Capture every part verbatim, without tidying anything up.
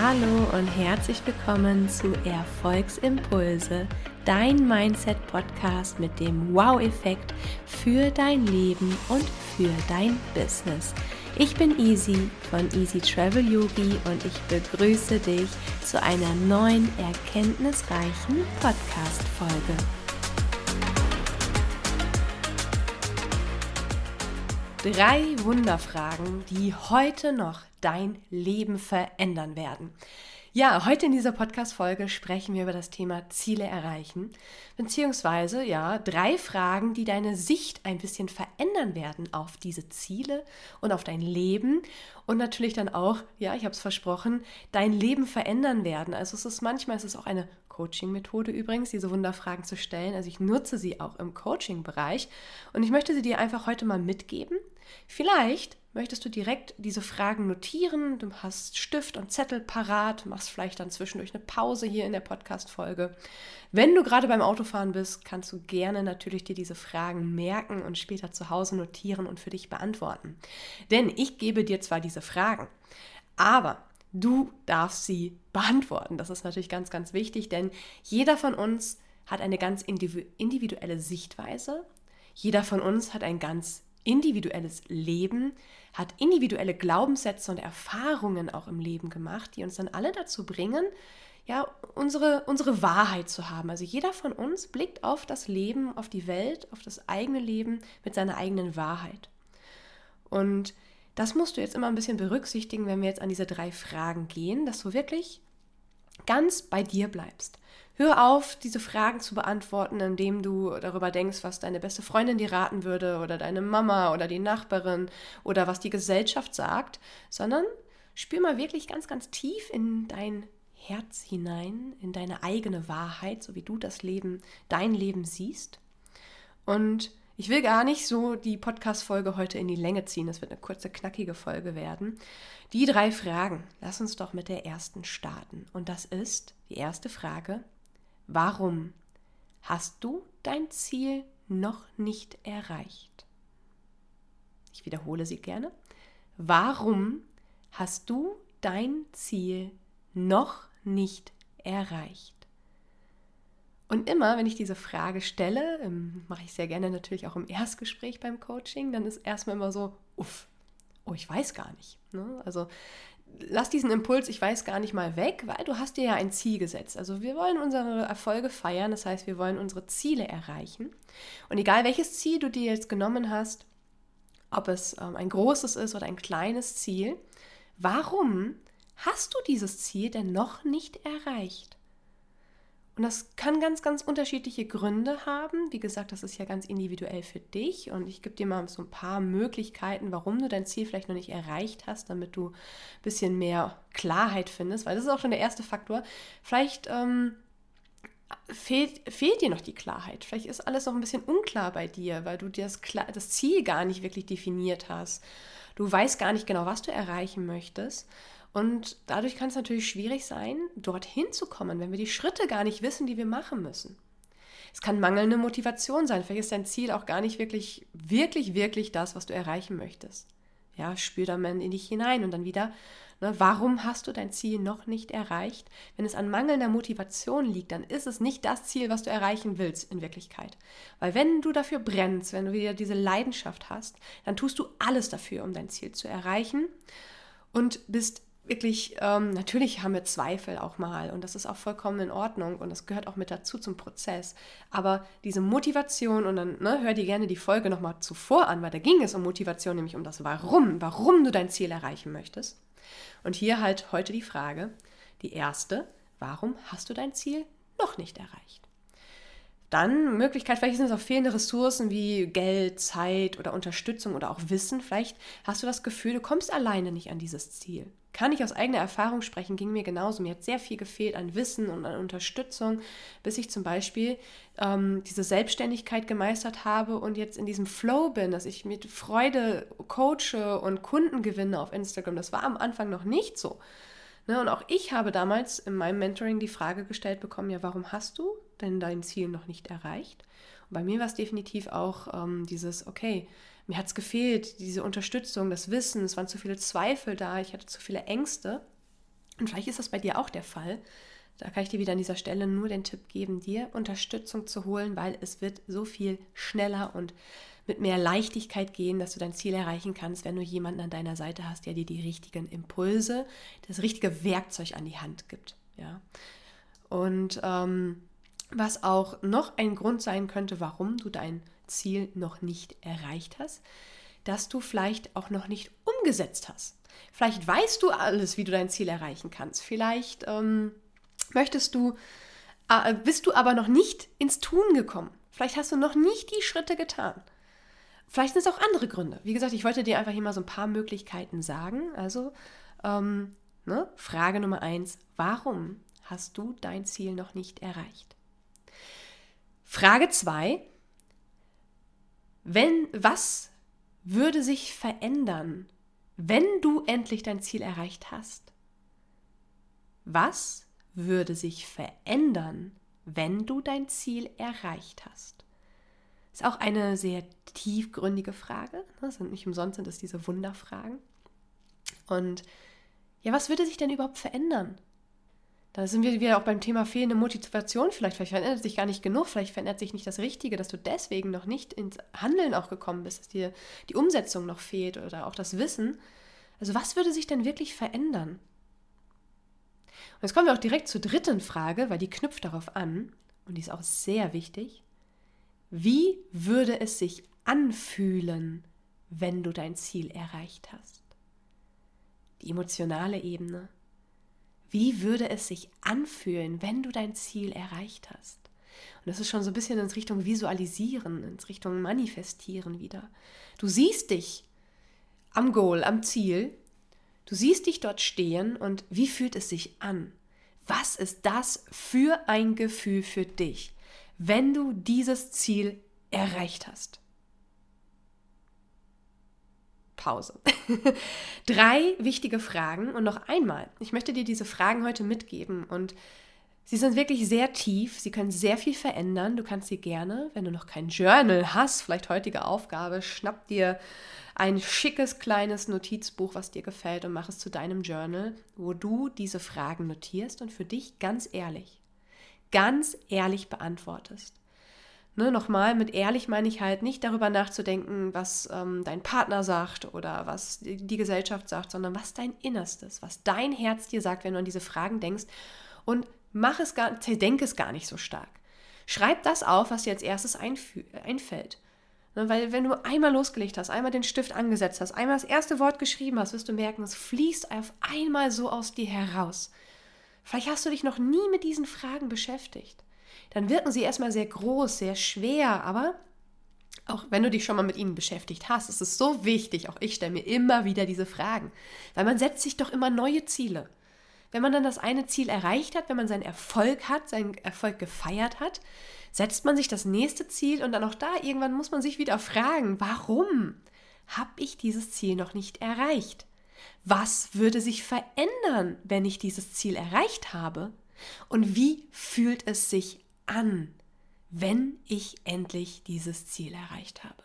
Hallo und herzlich willkommen zu Erfolgsimpulse, dein Mindset-Podcast mit dem Wow-Effekt für dein Leben und für dein Business. Ich bin Easy von Easy Travel Yogi und ich begrüße dich zu einer neuen erkenntnisreichen Podcast-Folge. Drei Wunderfragen, die heute noch dein Leben verändern werden. Ja, heute in dieser Podcast-Folge sprechen wir über das Thema Ziele erreichen, beziehungsweise ja, drei Fragen, die deine Sicht ein bisschen verändern werden auf diese Ziele und auf dein Leben und natürlich dann auch, ja, ich habe es versprochen, dein Leben verändern werden. Also es ist manchmal, es ist auch eine Coaching-Methode übrigens, diese Wunderfragen zu stellen. Also ich nutze sie auch im Coaching-Bereich und ich möchte sie dir einfach heute mal mitgeben. Vielleicht möchtest du direkt diese Fragen notieren, du hast Stift und Zettel parat, machst vielleicht dann zwischendurch eine Pause hier in der Podcast-Folge. Wenn du gerade beim Autofahren bist, kannst du gerne natürlich dir diese Fragen merken und später zu Hause notieren und für dich beantworten. Denn ich gebe dir zwar diese Fragen, aber du darfst sie beantworten. Das ist natürlich ganz, ganz wichtig, denn jeder von uns hat eine ganz individuelle Sichtweise. Jeder von uns hat ein ganz individuelles Leben, hat individuelle Glaubenssätze und Erfahrungen auch im Leben gemacht, die uns dann alle dazu bringen, ja, unsere, unsere Wahrheit zu haben. Also jeder von uns blickt auf das Leben, auf die Welt, auf das eigene Leben mit seiner eigenen Wahrheit. Und das musst du jetzt immer ein bisschen berücksichtigen, wenn wir jetzt an diese drei Fragen gehen, dass du wirklich ganz bei dir bleibst. Hör auf, diese Fragen zu beantworten, indem du darüber denkst, was deine beste Freundin dir raten würde oder deine Mama oder die Nachbarin oder was die Gesellschaft sagt, sondern spür mal wirklich ganz, ganz tief in dein Herz hinein, in deine eigene Wahrheit, so wie du das Leben, dein Leben siehst. Und ich will gar nicht so die Podcast-Folge heute in die Länge ziehen, es wird eine kurze, knackige Folge werden. Die drei Fragen, lass uns doch mit der ersten starten. Und das ist die erste Frage: Warum hast du dein Ziel noch nicht erreicht? Ich wiederhole sie gerne. Warum hast du dein Ziel noch nicht erreicht? Und immer, wenn ich diese Frage stelle, ähm, mache ich sehr gerne natürlich auch im Erstgespräch beim Coaching, dann ist erstmal immer so, uff, oh, ich weiß gar nicht. Ne? Also lass diesen Impuls, ich weiß gar nicht mal weg, weil du hast dir ja ein Ziel gesetzt. Also wir wollen unsere Erfolge feiern, das heißt, wir wollen unsere Ziele erreichen. Und egal welches Ziel du dir jetzt genommen hast, ob es ähm, ein großes ist oder ein kleines Ziel, warum hast du dieses Ziel denn noch nicht erreicht? Und das kann ganz, ganz unterschiedliche Gründe haben. Wie gesagt, das ist ja ganz individuell für dich. Und ich gebe dir mal so ein paar Möglichkeiten, warum du dein Ziel vielleicht noch nicht erreicht hast, damit du ein bisschen mehr Klarheit findest. Weil das ist auch schon der erste Faktor. Vielleicht ähm, fehlt, fehlt dir noch die Klarheit. Vielleicht ist alles noch ein bisschen unklar bei dir, weil du dir das, das Ziel gar nicht wirklich definiert hast. Du weißt gar nicht genau, was du erreichen möchtest. Und dadurch kann es natürlich schwierig sein, dorthin zu kommen, wenn wir die Schritte gar nicht wissen, die wir machen müssen. Es kann mangelnde Motivation sein. Vielleicht ist dein Ziel auch gar nicht wirklich, wirklich, wirklich das, was du erreichen möchtest. Ja, spür da mal in dich hinein und dann wieder, ne, warum hast du dein Ziel noch nicht erreicht? Wenn es an mangelnder Motivation liegt, dann ist es nicht das Ziel, was du erreichen willst in Wirklichkeit. Weil wenn du dafür brennst, wenn du wieder diese Leidenschaft hast, dann tust du alles dafür, um dein Ziel zu erreichen und bist wirklich, ähm, natürlich haben wir Zweifel auch mal und das ist auch vollkommen in Ordnung und das gehört auch mit dazu zum Prozess. Aber diese Motivation und dann ne, hör dir gerne die Folge nochmal zuvor an, weil da ging es um Motivation, nämlich um das Warum, warum du dein Ziel erreichen möchtest. Und hier halt heute die Frage, die erste, warum hast du dein Ziel noch nicht erreicht? Dann Möglichkeit, vielleicht sind es auch fehlende Ressourcen wie Geld, Zeit oder Unterstützung oder auch Wissen. Vielleicht hast du das Gefühl, du kommst alleine nicht an dieses Ziel. Kann ich aus eigener Erfahrung sprechen, ging mir genauso. Mir hat sehr viel gefehlt an Wissen und an Unterstützung, bis ich zum Beispiel ähm, diese Selbstständigkeit gemeistert habe und jetzt in diesem Flow bin, dass ich mit Freude coache und Kunden gewinne auf Instagram. Das war am Anfang noch nicht so. Ne, und auch ich habe damals in meinem Mentoring die Frage gestellt bekommen, ja, warum hast du denn dein Ziel noch nicht erreicht? Und bei mir war es definitiv auch ähm, dieses, okay, mir hat es gefehlt, diese Unterstützung, das Wissen, es waren zu viele Zweifel da, ich hatte zu viele Ängste. Und vielleicht ist das bei dir auch der Fall. Da kann ich dir wieder an dieser Stelle nur den Tipp geben, dir Unterstützung zu holen, weil es wird so viel schneller und mit mehr Leichtigkeit gehen, dass du dein Ziel erreichen kannst, wenn du jemanden an deiner Seite hast, der dir die richtigen Impulse, das richtige Werkzeug an die Hand gibt. Ja? Und ähm, was auch noch ein Grund sein könnte, warum du dein Ziel noch nicht erreicht hast, dass du vielleicht auch noch nicht umgesetzt hast. Vielleicht weißt du alles, wie du dein Ziel erreichen kannst. Vielleicht ähm, möchtest du, äh, bist du aber noch nicht ins Tun gekommen. Vielleicht hast du noch nicht die Schritte getan. Vielleicht sind es auch andere Gründe. Wie gesagt, ich wollte dir einfach hier mal so ein paar Möglichkeiten sagen. Also ähm, ne? Frage Nummer eins, warum hast du dein Ziel noch nicht erreicht? Frage zwei, wenn, was würde sich verändern, wenn du endlich dein Ziel erreicht hast? Was würde sich verändern, wenn du dein Ziel erreicht hast? Das ist auch eine sehr tiefgründige Frage. Das sind nicht umsonst sind es diese Wunderfragen. Und ja, was würde sich denn überhaupt verändern? Da sind wir wieder auch beim Thema fehlende Motivation. Vielleicht, vielleicht verändert sich gar nicht genug, vielleicht verändert sich nicht das Richtige, dass du deswegen noch nicht ins Handeln auch gekommen bist, dass dir die Umsetzung noch fehlt oder auch das Wissen. Also was würde sich denn wirklich verändern? Und jetzt kommen wir auch direkt zur dritten Frage, weil die knüpft darauf an und die ist auch sehr wichtig. Wie würde es sich anfühlen, wenn du dein Ziel erreicht hast? Die emotionale Ebene. Wie würde es sich anfühlen, wenn du dein Ziel erreicht hast? Und das ist schon so ein bisschen in Richtung Visualisieren, in Richtung Manifestieren wieder. Du siehst dich am Goal, am Ziel. Du siehst dich dort stehen und wie fühlt es sich an? Was ist das für ein Gefühl für dich, wenn du dieses Ziel erreicht hast? Pause. Drei wichtige Fragen und noch einmal, ich möchte dir diese Fragen heute mitgeben und sie sind wirklich sehr tief, sie können sehr viel verändern. Du kannst sie gerne, wenn du noch kein Journal hast, vielleicht heutige Aufgabe, schnapp dir ein schickes kleines Notizbuch, was dir gefällt und mach es zu deinem Journal, wo du diese Fragen notierst und für dich ganz ehrlich, ganz ehrlich beantwortest. Ne, nochmal, mit ehrlich meine ich halt nicht darüber nachzudenken, was ähm, dein Partner sagt oder was die, die Gesellschaft sagt, sondern was dein Innerstes, was dein Herz dir sagt, wenn du an diese Fragen denkst und mach es gar, denk es gar nicht so stark. Schreib das auf, was dir als erstes einfü- einfällt. Ne, weil wenn du einmal losgelegt hast, einmal den Stift angesetzt hast, einmal das erste Wort geschrieben hast, wirst du merken, es fließt auf einmal so aus dir heraus. Vielleicht hast du dich noch nie mit diesen Fragen beschäftigt. Dann wirken sie erstmal sehr groß, sehr schwer, aber auch wenn du dich schon mal mit ihnen beschäftigt hast, ist es so wichtig, auch ich stelle mir immer wieder diese Fragen, weil man setzt sich doch immer neue Ziele. Wenn man dann das eine Ziel erreicht hat, wenn man seinen Erfolg hat, seinen Erfolg gefeiert hat, setzt man sich das nächste Ziel und dann auch da irgendwann muss man sich wieder fragen, warum habe ich dieses Ziel noch nicht erreicht? Was würde sich verändern, wenn ich dieses Ziel erreicht habe? Und wie fühlt es sich an, wenn ich endlich dieses Ziel erreicht habe?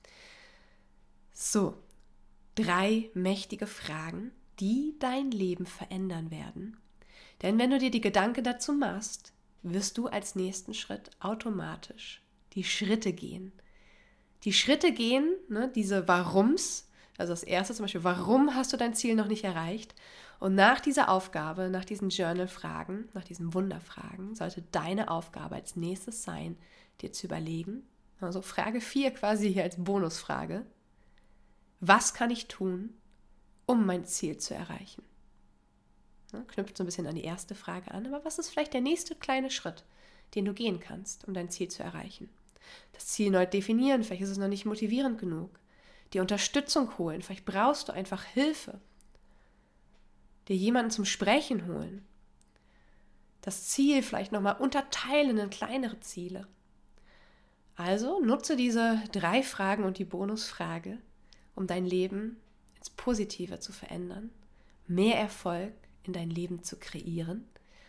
So, drei mächtige Fragen, die dein Leben verändern werden. Denn wenn du dir die Gedanken dazu machst, wirst du als nächsten Schritt automatisch die Schritte gehen. Die Schritte gehen, ne, diese Warums, also das erste zum Beispiel, warum hast du dein Ziel noch nicht erreicht? Und nach dieser Aufgabe, nach diesen Journal-Fragen, nach diesen Wunderfragen, sollte deine Aufgabe als nächstes sein, dir zu überlegen, also Frage vier quasi hier als Bonusfrage, was kann ich tun, um mein Ziel zu erreichen? Ja, knüpft so ein bisschen an die erste Frage an, aber was ist vielleicht der nächste kleine Schritt, den du gehen kannst, um dein Ziel zu erreichen? Das Ziel neu definieren, vielleicht ist es noch nicht motivierend genug. Die Unterstützung holen, vielleicht brauchst du einfach Hilfe. Dir jemanden zum Sprechen holen. Das Ziel vielleicht nochmal unterteilen in kleinere Ziele. Also nutze diese drei Fragen und die Bonusfrage, um dein Leben ins Positive zu verändern, mehr Erfolg in dein Leben zu kreieren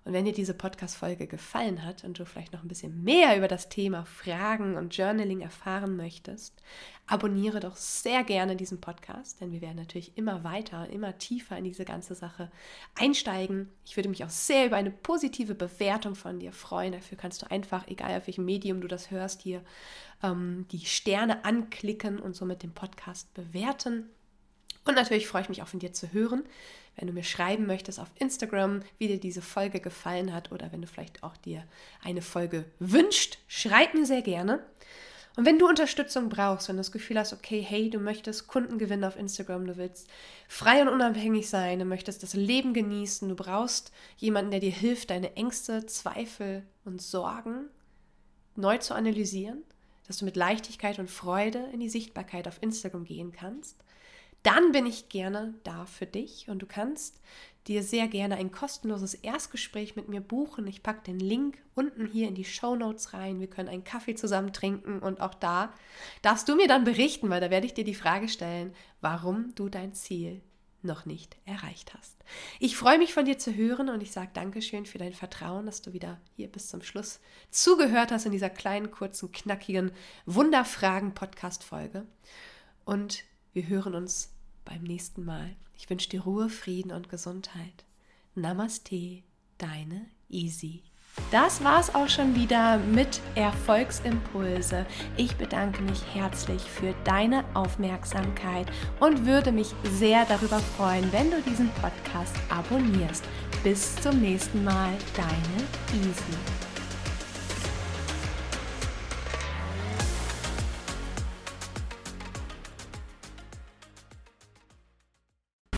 Und wenn dir diese Podcast-Folge gefallen hat und du vielleicht noch ein bisschen mehr über das Thema Fragen und Journaling erfahren möchtest, abonniere doch sehr gerne diesen Podcast, denn wir werden natürlich immer weiter, immer tiefer in diese ganze Sache einsteigen. Ich würde mich auch sehr über eine positive Bewertung von dir freuen. Dafür kannst du einfach, egal auf welchem Medium du das hörst, hier ähm, die Sterne anklicken und somit den Podcast bewerten. Und natürlich freue ich mich auch von dir zu hören, wenn du mir schreiben möchtest auf Instagram, wie dir diese Folge gefallen hat oder wenn du vielleicht auch dir eine Folge wünscht, schreib mir sehr gerne. Und wenn du Unterstützung brauchst, wenn du das Gefühl hast, okay, hey, du möchtest Kunden gewinnen auf Instagram, du willst frei und unabhängig sein, du möchtest das Leben genießen, du brauchst jemanden, der dir hilft, deine Ängste, Zweifel und Sorgen neu zu analysieren, dass du mit Leichtigkeit und Freude in die Sichtbarkeit auf Instagram gehen kannst, dann bin ich gerne da für dich und du kannst dir sehr gerne ein kostenloses Erstgespräch mit mir buchen. Ich packe den Link unten hier in die Shownotes rein. Wir können einen Kaffee zusammen trinken und auch da darfst du mir dann berichten, weil da werde ich dir die Frage stellen, warum du dein Ziel noch nicht erreicht hast. Ich freue mich von dir zu hören und ich sage Dankeschön für dein Vertrauen, dass du wieder hier bis zum Schluss zugehört hast in dieser kleinen, kurzen, knackigen Wunderfragen-Podcast-Folge. Und wir hören uns beim nächsten Mal. Ich wünsche dir Ruhe, Frieden und Gesundheit. Namaste, deine Easy. Das war's auch schon wieder mit Erfolgsimpulse. Ich bedanke mich herzlich für deine Aufmerksamkeit und würde mich sehr darüber freuen, wenn du diesen Podcast abonnierst. Bis zum nächsten Mal, deine Easy.